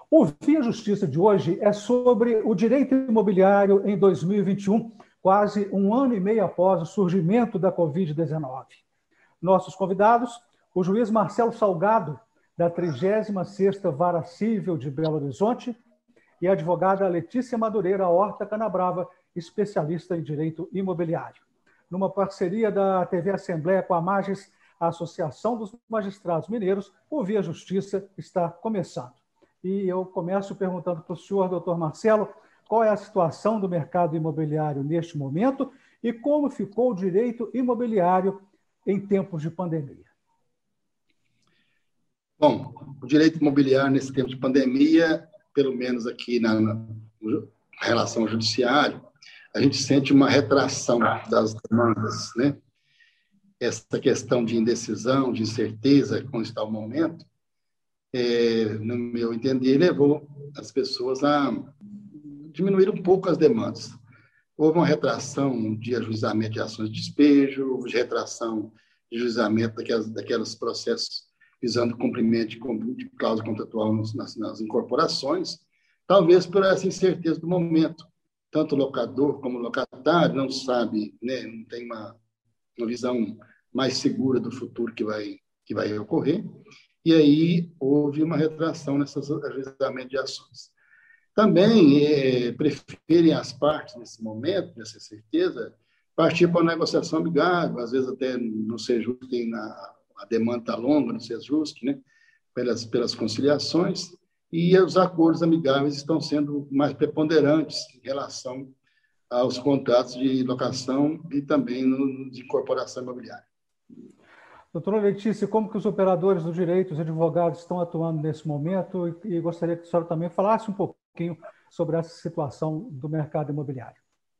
O Via Justiça de hoje é sobre o direito imobiliário em 2021, quase um ano e meio após o surgimento da Covid-19. Nossos convidados, o juiz Marcelo Salgado, da 36ª Vara Civil de Belo Horizonte, e a advogada Letícia Madureira Horta Canabrava, especialista em direito imobiliário. Numa parceria da TV Assembleia com a Magis, a Associação dos Magistrados Mineiros, o Via Justiça está começando. E eu começo perguntando para o senhor, doutor Marcelo, qual é a situação do mercado imobiliário neste momento e como ficou o direito imobiliário em tempos de pandemia. Bom, o direito imobiliário nesse tempo de pandemia, pelo menos aqui na relação ao judiciário, a gente sente uma retração das demandas, né? Essa questão de indecisão, de incerteza, como está o momento, no meu entender, levou as pessoas a diminuir um pouco as demandas. Houve uma retração de ajuizamento de ações de despejo, houve retração de ajuizamento daqueles processos visando cumprimento de cláusula contratual nas incorporações, talvez por essa incerteza do momento. Tanto o locador como o locatário não sabe, né, não tem uma visão mais segura do futuro que vai ocorrer, e aí houve uma retração nesses ajuizamentos de ações. Também preferem as partes, nesse momento, nessa certeza, partir para uma negociação amigável, às vezes até no Sejusc a demanda está longa no Sejusc, né, pelas conciliações, e os acordos amigáveis estão sendo mais preponderantes em relação aos contratos de locação e também de incorporação imobiliária. Doutora Letícia, como que os operadores do direito, os advogados estão atuando nesse momento? E gostaria que a senhora também falasse um pouquinho sobre essa situação do mercado imobiliário.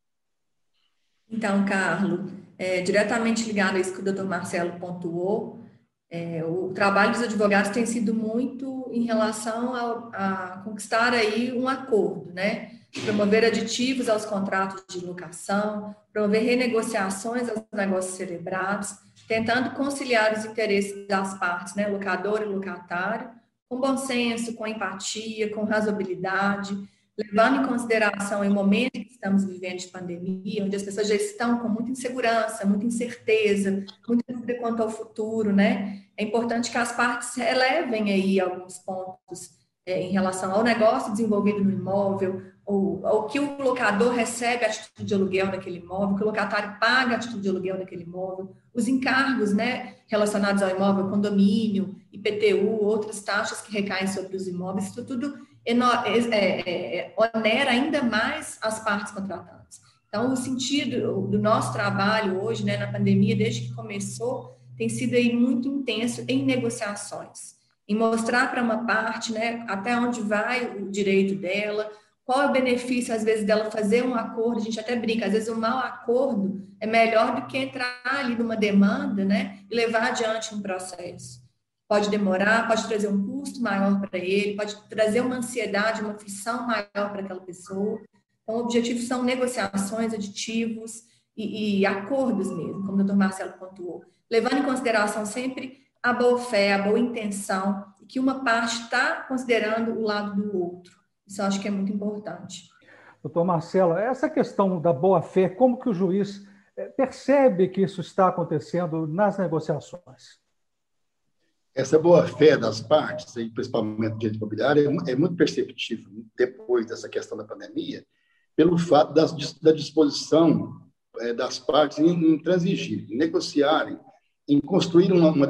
Então, Carlos, diretamente ligado a isso que o doutor Marcelo pontuou, o trabalho dos advogados tem sido muito em relação a conquistar aí um acordo, né? Promover aditivos aos contratos de locação, promover renegociações aos negócios celebrados, tentando conciliar os interesses das partes, né, locador e locatário, com bom senso, com empatia, com razoabilidade, levando em consideração o momento que estamos vivendo de pandemia, onde as pessoas já estão com muita insegurança, muita incerteza, muita dúvida quanto ao futuro, né? É importante que as partes relevem aí alguns pontos em relação ao negócio desenvolvido no imóvel, ou que o locador recebe a título de aluguel naquele imóvel, que o locatário paga a título de aluguel naquele imóvel, os encargos, né, relacionados ao imóvel, condomínio, IPTU, outras taxas que recaem sobre os imóveis, isso tudo onera ainda mais as partes contratantes. Então, o sentido do nosso trabalho hoje, né, na pandemia, desde que começou, tem sido aí muito intenso em negociações, em mostrar para uma parte, né, até onde vai o direito dela, qual é o benefício, às vezes, dela fazer um acordo. A gente até brinca, às vezes um mau acordo é melhor do que entrar ali numa demanda, né, e levar adiante um processo. Pode demorar, pode trazer um custo maior para ele, pode trazer uma ansiedade, uma aflição maior para aquela pessoa. Então, o objetivo são negociações, aditivos e acordos mesmo, como o doutor Marcelo pontuou, levando em consideração sempre a boa-fé, a boa intenção, e que uma parte está considerando o lado do outro. Isso eu acho que é muito importante. Doutor Marcelo, essa questão da boa-fé, como que o juiz percebe que isso está acontecendo nas negociações? Essa boa-fé das partes, e principalmente do direito imobiliário, é muito perceptível depois dessa questão da pandemia, pelo fato da disposição das partes em transigir, em negociarem, em construir uma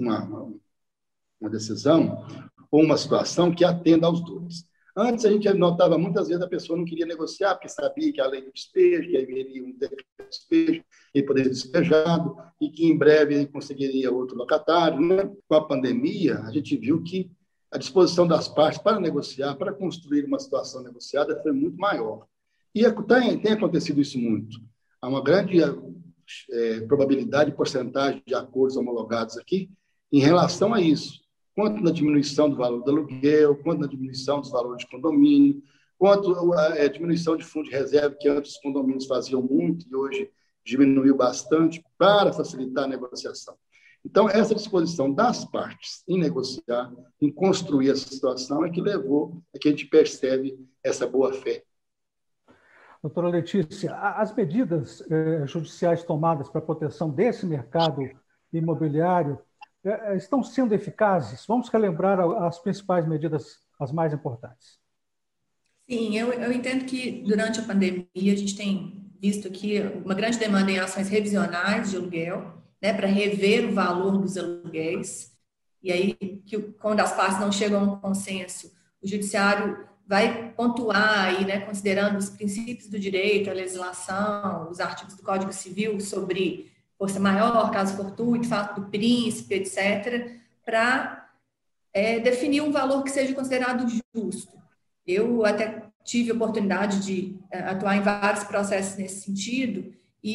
decisão ou uma situação que atenda aos dois. Antes, a gente notava muitas vezes a pessoa não queria negociar, porque sabia que a lei do despejo, que haveria um despejo, ele poderia ser despejado, e que em breve ele conseguiria outro locatário. Né? Com a pandemia, a gente viu que a disposição das partes para negociar, para construir uma situação negociada, foi muito maior. E tem acontecido isso muito. Há uma grande probabilidade, porcentagem de acordos homologados aqui em relação a isso. Quanto na diminuição do valor do aluguel, quanto na diminuição dos valores de condomínio, quanto a diminuição de fundo de reserva, que antes os condomínios faziam muito e hoje diminuiu bastante, para facilitar a negociação. Então, essa disposição das partes em negociar, em construir essa situação, é que levou a que a gente percebe essa boa-fé. Doutora Letícia, as medidas judiciais tomadas para a proteção desse mercado imobiliário estão sendo eficazes? Vamos relembrar as principais medidas, as mais importantes. Sim, eu entendo que durante a pandemia a gente tem visto aqui uma grande demanda em ações revisionais de aluguel, né, para rever o valor dos aluguéis. E aí, quando as partes não chegam a um consenso, o judiciário vai pontuar aí, né, considerando os princípios do direito, a legislação, os artigos do Código Civil sobre força maior, caso fortuito, fato do príncipe, etc., para definir um valor que seja considerado justo. Eu até tive a oportunidade de atuar em vários processos nesse sentido,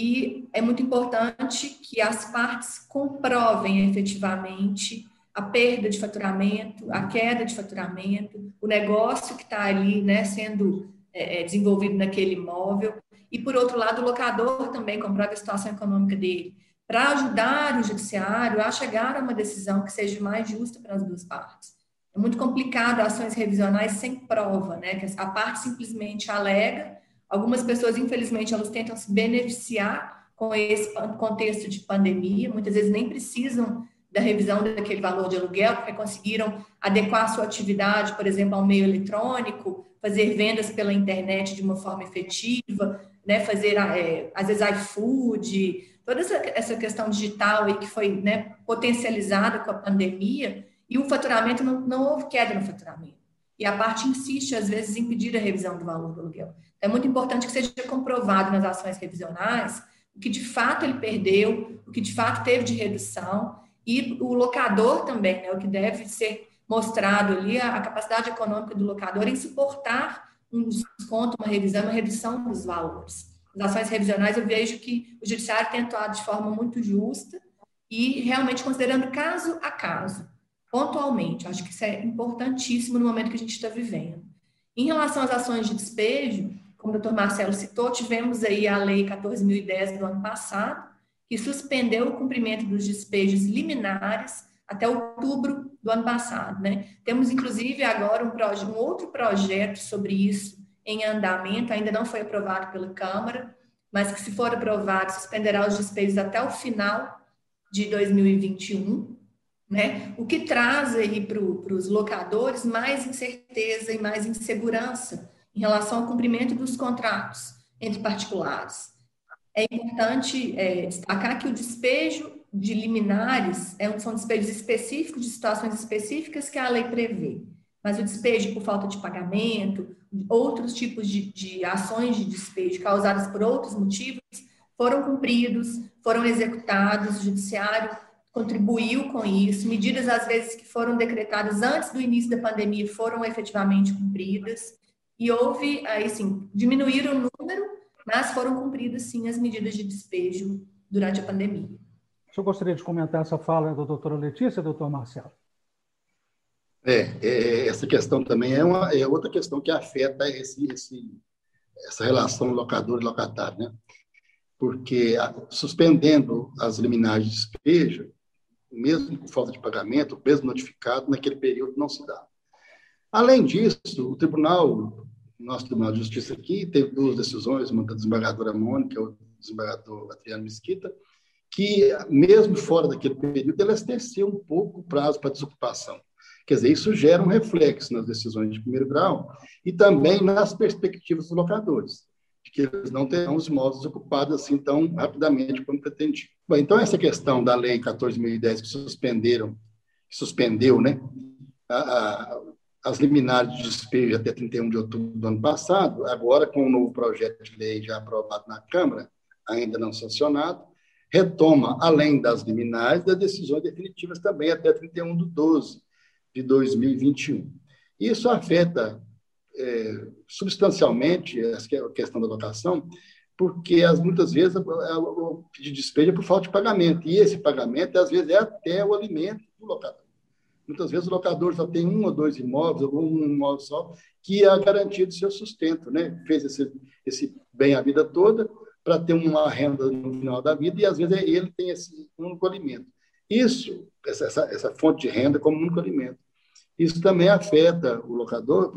e é muito importante que as partes comprovem efetivamente a perda de faturamento, a queda de faturamento, o negócio que está ali, né, sendo desenvolvido naquele imóvel, e, por outro lado, o locador também comprova a situação econômica dele, para ajudar o judiciário a chegar a uma decisão que seja mais justa para as duas partes. É muito complicado ações revisionais sem prova, né, que a parte simplesmente alega. Algumas pessoas, infelizmente, elas tentam se beneficiar com esse contexto de pandemia, muitas vezes nem precisam da revisão daquele valor de aluguel, porque conseguiram adequar a sua atividade, por exemplo, ao meio eletrônico, fazer vendas pela internet de uma forma efetiva, né, fazer, às vezes, iFood, toda essa questão digital aí que foi, né, potencializada com a pandemia, e o faturamento, não houve queda no faturamento. E a parte insiste, às vezes, em pedir a revisão do valor do aluguel. Então, é muito importante que seja comprovado nas ações revisionais o que, de fato, ele perdeu, o que, de fato, teve de redução, e o locador também, né, o que deve ser mostrado ali, a capacidade econômica do locador em suportar um desconto, uma revisão, uma redução dos valores. Nas ações revisionais, eu vejo que o judiciário tem atuado de forma muito justa e realmente considerando caso a caso, pontualmente. Acho que isso é importantíssimo no momento que a gente está vivendo. Em relação às ações de despejo, como o doutor Marcelo citou, tivemos aí a Lei 14.010 do ano passado, que suspendeu o cumprimento dos despejos liminares até outubro do ano passado, né? Temos, inclusive, agora um outro projeto sobre isso em andamento, ainda não foi aprovado pela Câmara, mas que, se for aprovado, suspenderá os despejos até o final de 2021, né? O que traz aí para os locadores mais incerteza e mais insegurança em relação ao cumprimento dos contratos entre particulares. É importante destacar que o despejo de liminares são despejos específicos, de situações específicas que a lei prevê. Mas o despejo por falta de pagamento, outros tipos de ações de despejo causadas por outros motivos, foram cumpridos, foram executados, o judiciário contribuiu com isso, medidas, às vezes, que foram decretadas antes do início da pandemia foram efetivamente cumpridas, e houve, aí sim, diminuíram o número, mas foram cumpridas, sim, as medidas de despejo durante a pandemia. Eu gostaria de comentar essa fala da doutora Letícia, doutor Marcelo. Essa questão também é outra questão que afeta essa relação locador e locatário, né? Porque suspendendo as liminares de despejo, mesmo com falta de pagamento, mesmo notificado, naquele período não se dá. Além disso, nosso Tribunal de Justiça aqui teve duas decisões, uma da desembargadora Mônica e o desembargador Adriano Mesquita, que, mesmo fora daquele período, elas extendiam um pouco o prazo para desocupação. Quer dizer, isso gera um reflexo nas decisões de primeiro grau e também nas perspectivas dos locadores, de que eles não terão os imóveis ocupados assim tão rapidamente como pretendiam. Bom, então, essa questão da Lei 14.010 que suspendeu, né, as liminares de despejo até 31 de outubro do ano passado, agora com o novo projeto de lei já aprovado na Câmara, ainda não sancionado, retoma, além das liminares, das decisões definitivas também até 31 de 12 de 2021. Isso afeta substancialmente a questão da locação, porque muitas vezes o pedido de despejo é por falta de pagamento, e esse pagamento, às vezes, é até o alimento do locador. Muitas vezes o locador só tem um ou dois imóveis, ou um imóvel só, que é a garantia do seu sustento, né? Fez esse bem a vida toda para ter uma renda no final da vida, e às vezes ele tem esse único alimento. Isso, essa fonte de renda como único alimento. Isso também afeta o locador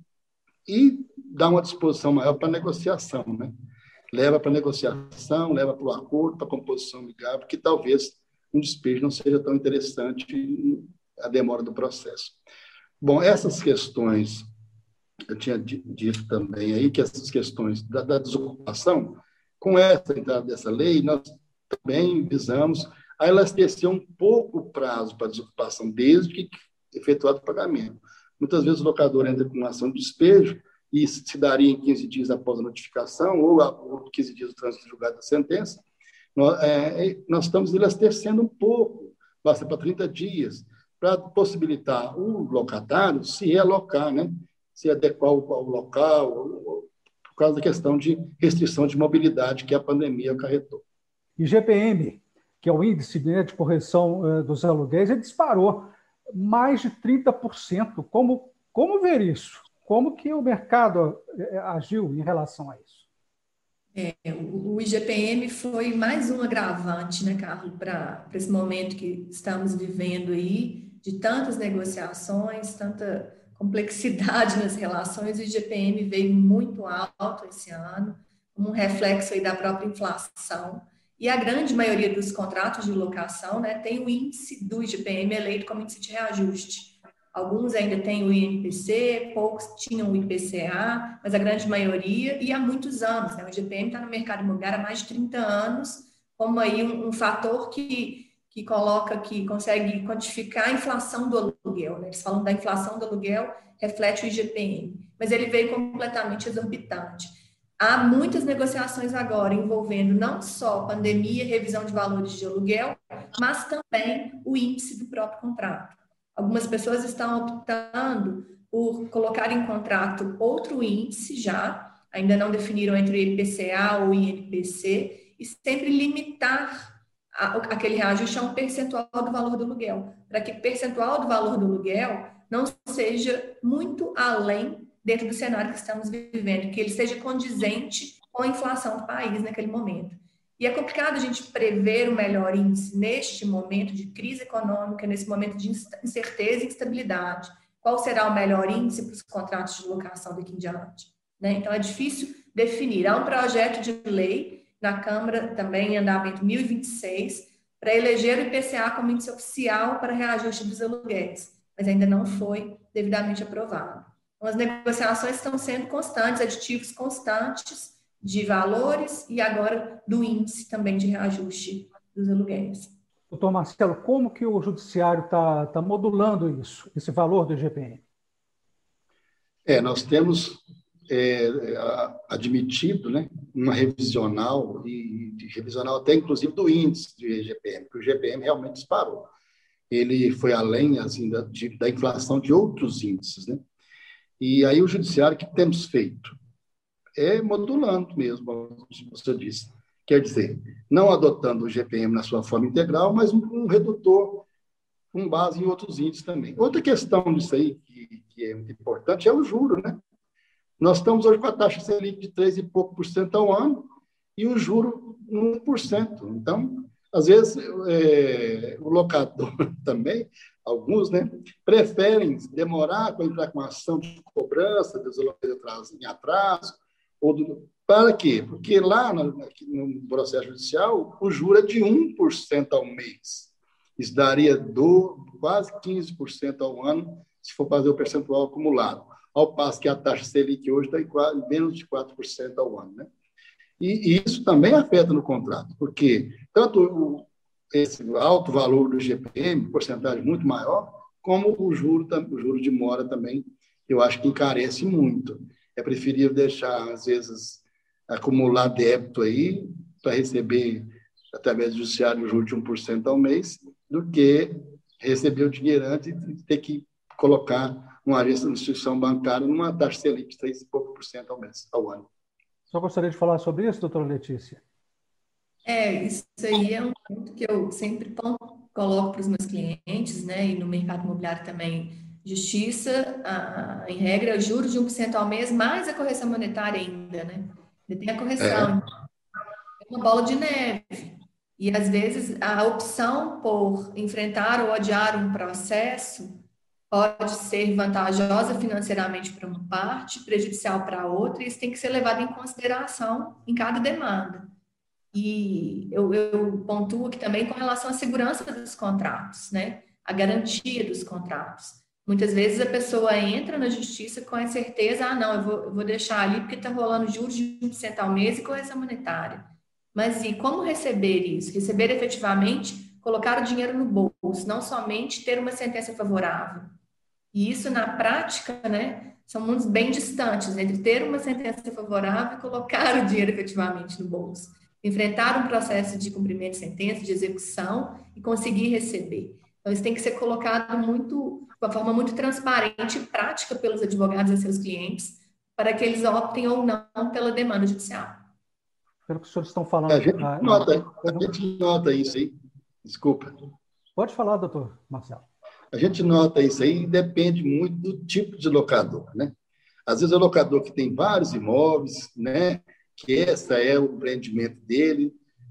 e dá uma disposição maior para negociação, né? Leva para negociação, leva para o acordo, para a composição amigável, que talvez um despejo não seja tão interessante a demora do processo. Bom, essas questões, eu tinha dito também aí que essas questões da desocupação, com essa entrada dessa lei, nós também visamos a elastecer um pouco o prazo para a desocupação, desde que efetuado o pagamento. Muitas vezes o locador entra com uma ação de despejo e se daria em 15 dias após a notificação ou 15 dias do trânsito julgado da sentença. Nós estamos elastecendo um pouco, basta para 30 dias, para possibilitar o locatário se realocar, né? Se adequar ao local, por causa da questão de restrição de mobilidade que a pandemia acarretou. IGPM, que é o índice, né, de correção dos aluguéis, ele disparou mais de 30%. Como ver isso? Como que o mercado agiu em relação a isso? O IGPM foi mais um agravante, né, Carlos, para esse momento que estamos vivendo aí, de tantas negociações, tanta complexidade nas relações. O IGPM veio muito alto esse ano, como um reflexo aí da própria inflação. E a grande maioria dos contratos de locação, né, tem o índice do IGPM eleito como índice de reajuste. Alguns ainda têm o INPC, poucos tinham o IPCA, mas a grande maioria, e há muitos anos, né? O IGPM está no mercado imobiliário há mais de 30 anos, como aí um fator que consegue quantificar a inflação do aluguel, né? Eles falam da inflação do aluguel, reflete o IGPM, mas ele veio completamente exorbitante. Há muitas negociações agora envolvendo não só pandemia, revisão de valores de aluguel, mas também o índice do próprio contrato. Algumas pessoas estão optando por colocar em contrato outro índice já, ainda não definiram entre o IPCA ou o INPC, e sempre limitar aquele reajuste a um percentual do valor do aluguel, para que o percentual do valor do aluguel não seja muito além dentro do cenário que estamos vivendo, que ele seja condizente com a inflação do país naquele momento. E é complicado a gente prever o melhor índice neste momento de crise econômica, nesse momento de incerteza e instabilidade. Qual será o melhor índice para os contratos de locação daqui em diante? Né? Então, é difícil definir. Há um projeto de lei na Câmara, também em andamento 1026, para eleger o IPCA como índice oficial para reajuste dos aluguéis, mas ainda não foi devidamente aprovado. Então, as negociações estão sendo constantes, aditivos constantes de valores e agora do índice também de reajuste dos aluguéis. Doutor Marcelo, como que o judiciário está modulando isso, esse valor do IGPM? Nós temos admitido, né, uma revisional, revisional até inclusive do índice do IGPM, porque o IGPM realmente disparou. Ele foi além assim, da inflação de outros índices, né? E aí o judiciário, que temos feito? Modulando mesmo, como você disse. Quer dizer, não adotando o IGPM na sua forma integral, mas um redutor com base em outros índices também. Outra questão disso aí, que é muito importante, é o juro, né? Nós estamos hoje com a taxa Selic de 3 e pouco por cento ao ano e o juro 1%. Então, às vezes, o locador também, alguns, né, preferem demorar para entrar com ação de cobrança, em atraso, para quê? Porque lá no processo judicial, o juro é de 1% ao mês. Isso daria quase 15% ao ano, se for fazer o percentual acumulado. Ao passo que a taxa Selic hoje está em menos de 4% ao ano, né? E isso também afeta no contrato, porque tanto esse alto valor do IGPM, porcentagem muito maior, como o juro de mora também, eu acho que encarece muito. É preferível deixar, às vezes, acumular débito aí para receber, através do judiciário, o juro de 1% ao mês, do que receber o dinheiro antes e ter que colocar uma agência de instituição bancária numa taxa Selic de 3 e pouco por cento ao mês, ao ano. Só gostaria de falar sobre isso, doutora Letícia? Isso aí é um ponto que eu sempre coloco para os meus clientes, né? E no mercado imobiliário também, justiça, em regra, juros de 1% ao mês, mais a correção monetária ainda, né? Ainda tem a correção. É uma bola de neve. E, às vezes, a opção por enfrentar ou adiar um processo pode ser vantajosa financeiramente para uma parte, prejudicial para a outra, e isso tem que ser levado em consideração em cada demanda. E eu pontuo aqui também com relação à segurança dos contratos, né? A garantia dos contratos. Muitas vezes a pessoa entra na justiça com a certeza, não, eu vou deixar ali porque está rolando juros de 1% ao mês e correção monetária. Mas e como receber isso? Receber efetivamente, colocar o dinheiro no bolso, não somente ter uma sentença favorável. E isso, na prática, né, são mundos bem distantes entre ter uma sentença favorável e colocar o dinheiro efetivamente no bolso. Enfrentar um processo de cumprimento de sentença, de execução e conseguir receber. Então, isso tem que ser colocado de uma forma muito transparente e prática pelos advogados a seus clientes, para que eles optem ou não pela demanda judicial. Pelo que os senhores estão falando. A gente nota isso aí. Desculpa. Pode falar, doutor Marcelo. A gente nota isso aí e depende muito do tipo de locador, né? Às vezes é o locador que tem vários imóveis, né? Que esse é o empreendimento dele,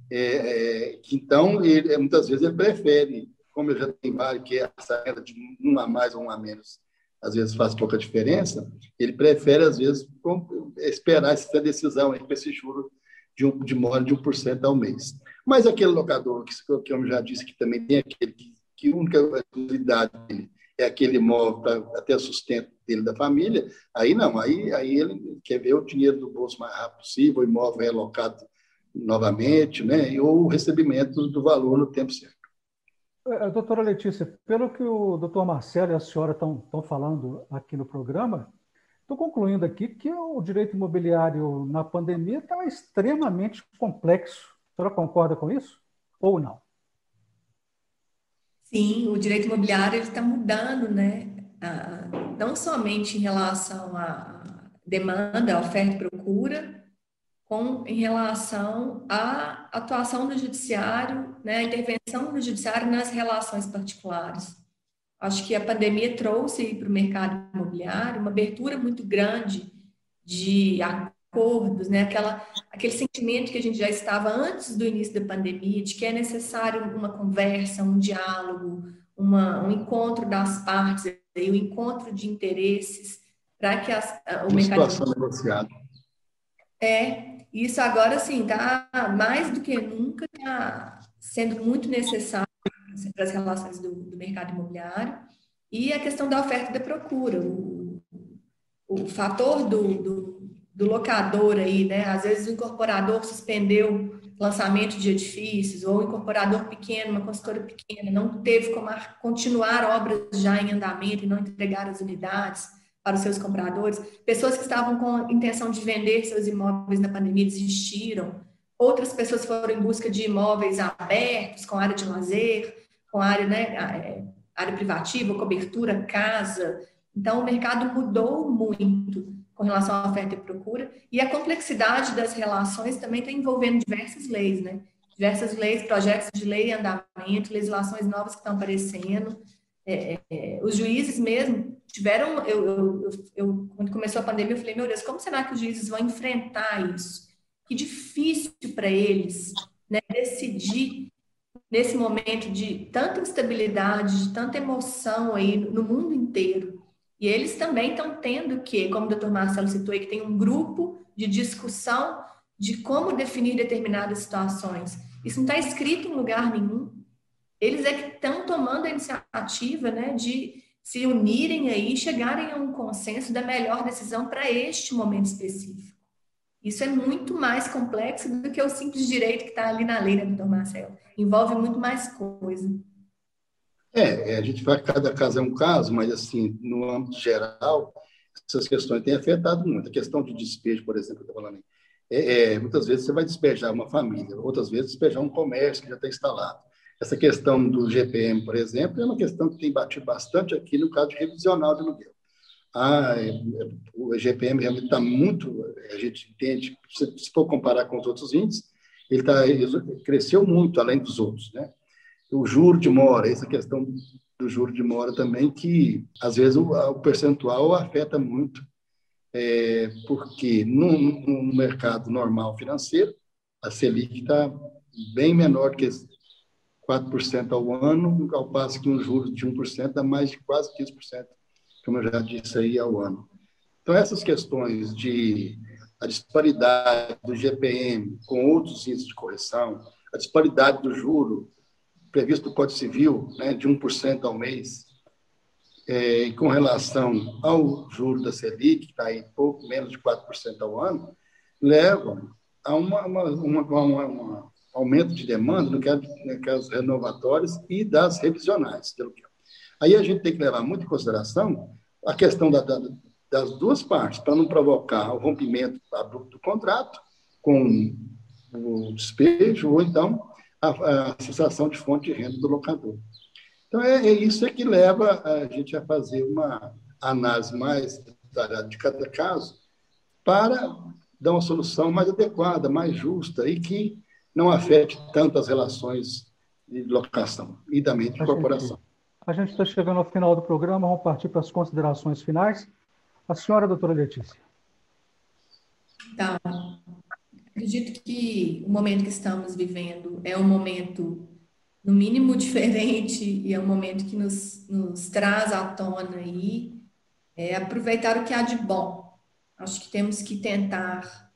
que então, muitas vezes ele prefere, como eu já tenho vários, que essa renda de um a mais ou um a menos, às vezes faz pouca diferença, ele prefere, às vezes, esperar essa decisão aí, com esse juro de mora de 1% ao mês. Mas aquele locador, que eu já disse, que também tem aquele que a única utilidade dele é aquele imóvel para ter o sustento dele da família, aí não, aí ele quer ver o dinheiro do bolso mais rápido possível, o imóvel relocado novamente, né, ou o recebimento do valor no tempo certo. Doutora Letícia, pelo que o doutor Marcelo e a senhora estão falando aqui no programa, estou concluindo aqui que o direito imobiliário na pandemia está extremamente complexo. A senhora concorda com isso ou não? Sim, o direito imobiliário está mudando, né? Não somente em relação à demanda, à oferta e procura, como em relação à atuação do judiciário, né? A intervenção do judiciário nas relações particulares. Acho que a pandemia trouxe para o mercado imobiliário uma abertura muito grande de acordos, né? Aquele sentimento que a gente já estava antes do início da pandemia, de que é necessário uma conversa, um diálogo, um encontro das partes, um encontro de interesses, para que o mercado... Situação negociada. Isso agora, sim, está mais do que nunca, está sendo muito necessário para as relações do mercado imobiliário. E a questão da oferta e da procura, o fator do locador aí, né? Às vezes o incorporador suspendeu lançamento de edifícios, ou o incorporador pequeno, uma consultora pequena, não teve como continuar obras já em andamento e não entregar as unidades para os seus compradores. Pessoas que estavam com a intenção de vender seus imóveis na pandemia desistiram. Outras pessoas foram em busca de imóveis abertos, com área de lazer, com área, né, área privativa, cobertura, casa. Então, o mercado mudou muito com relação à oferta e procura, e a complexidade das relações também está envolvendo diversas leis, né? Diversas leis, projetos de lei em andamento, legislações novas que estão aparecendo. Os juízes mesmo tiveram... quando começou a pandemia, eu falei, meu Deus, como será que os juízes vão enfrentar isso? Que difícil para eles, né, decidir nesse momento de tanta instabilidade, de tanta emoção aí no mundo inteiro. E eles também estão tendo que, como o doutor Marcelo citou aí, que tem um grupo de discussão de como definir determinadas situações. Isso não está escrito em lugar nenhum. Eles é que estão tomando a iniciativa, né, de se unirem aí e chegarem a um consenso da melhor decisão para este momento específico. Isso é muito mais complexo do que o simples direito que está ali na lei, né, doutor Marcelo? Envolve muito mais coisa. A gente vai, cada caso é um caso, mas, assim, no âmbito geral, essas questões têm afetado muito. A questão de despejo, por exemplo, que eu estou falando aí, muitas vezes você vai despejar uma família, outras vezes despejar um comércio que já está instalado. Essa questão do GPM, por exemplo, é uma questão que tem batido bastante aqui no caso de revisional de aluguel. O GPM realmente está muito, a gente entende, se for comparar com os outros índices, ele cresceu muito além dos outros, né? O juro de mora, essa questão do juro de mora também, que às vezes o percentual afeta muito, porque no mercado normal financeiro, a Selic está bem menor que 4% ao ano, ao passo que um juros de 1% dá mais de quase 15%, como eu já disse aí, ao ano. Então, essas questões de a disparidade do GPM com outros índices de correção, a disparidade do juro previsto no Código Civil, né, de 1% ao mês, com relação ao juro da Selic, que está aí pouco menos de 4% ao ano, levam a um aumento de demanda no caso renovatórios e das revisionais de aluguel. Aí a gente tem que levar muito em consideração a questão das duas partes, para não provocar o rompimento abrupto do contrato com o despejo ou então a cessação de fonte de renda do locador. Então, isso que leva a gente a fazer uma análise mais detalhada de cada caso para dar uma solução mais adequada, mais justa e que não afete tanto as relações de locação e também de incorporação. A gente está chegando ao final do programa, vamos partir para as considerações finais. A senhora, doutora Letícia. Tá. Acredito que o momento que estamos vivendo é um momento, no mínimo, diferente e é um momento que nos traz à tona aí, aproveitar o que há de bom. Acho que temos que tentar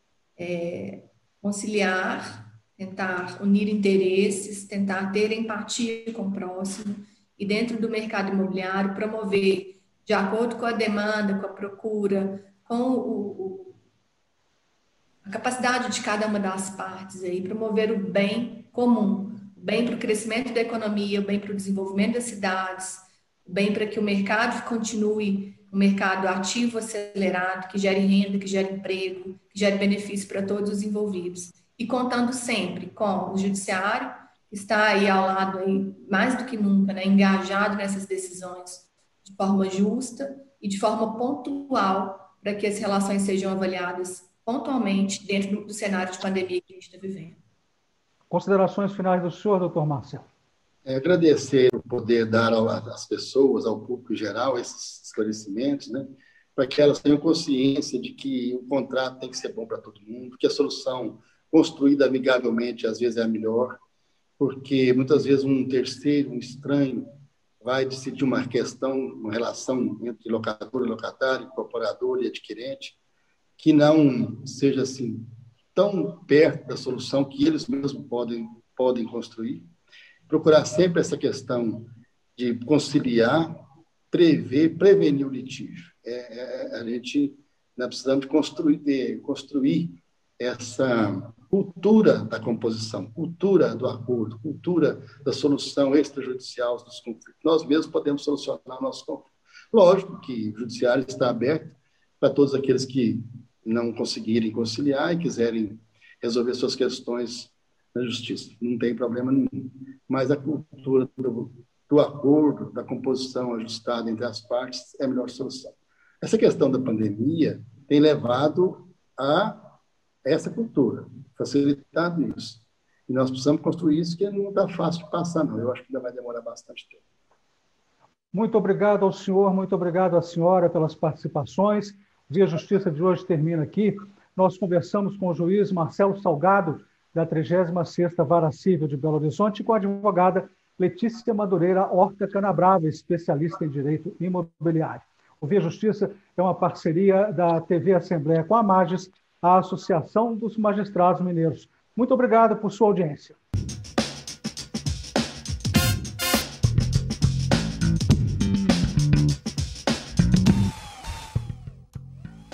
conciliar, tentar unir interesses, tentar ter empatia com o próximo e, dentro do mercado imobiliário, promover, de acordo com a demanda, com a procura, com a capacidade de cada uma das partes, aí, promover o bem comum, o bem para o crescimento da economia, o bem para o desenvolvimento das cidades, o bem para que o mercado continue um mercado ativo, acelerado, que gere renda, que gere emprego, que gere benefício para todos os envolvidos. E contando sempre com o judiciário, que está aí ao lado, aí, mais do que nunca, né, engajado nessas decisões de forma justa e de forma pontual, para que as relações sejam avaliadas pontualmente dentro do cenário de pandemia que a gente está vivendo. Considerações finais do senhor, doutor Marcelo. Agradecer o poder dar às pessoas, ao público em geral, esses esclarecimentos, né, para que elas tenham consciência de que o contrato tem que ser bom para todo mundo, que a solução construída amigavelmente às vezes é a melhor, porque muitas vezes um terceiro, um estranho, vai decidir uma questão, uma relação entre locador e locatário, incorporador e adquirente, que não seja assim tão perto da solução que eles mesmos podem construir. Procurar sempre essa questão de conciliar, prevenir o litígio. Nós precisamos construir essa cultura da composição, cultura do acordo, cultura da solução extrajudicial dos conflitos. Nós mesmos podemos solucionar nossos conflitos. Lógico que o judiciário está aberto para todos aqueles que não conseguirem conciliar e quiserem resolver suas questões na justiça. Não tem problema nenhum. Mas a cultura do acordo, da composição ajustada entre as partes é a melhor solução. Essa questão da pandemia tem levado a essa cultura, facilitado isso. E nós precisamos construir isso, que não está fácil de passar, não. Eu acho que ainda vai demorar bastante tempo. Muito obrigado ao senhor, muito obrigado à senhora pelas participações. O Via Justiça de hoje termina aqui. Nós conversamos com o juiz Marcelo Salgado, da 36ª Vara Civil de Belo Horizonte, e com a advogada Letícia Madureira Horta Canabrava, especialista em direito imobiliário. O Via Justiça é uma parceria da TV Assembleia com a Magis, a Associação dos Magistrados Mineiros. Muito obrigado por sua audiência.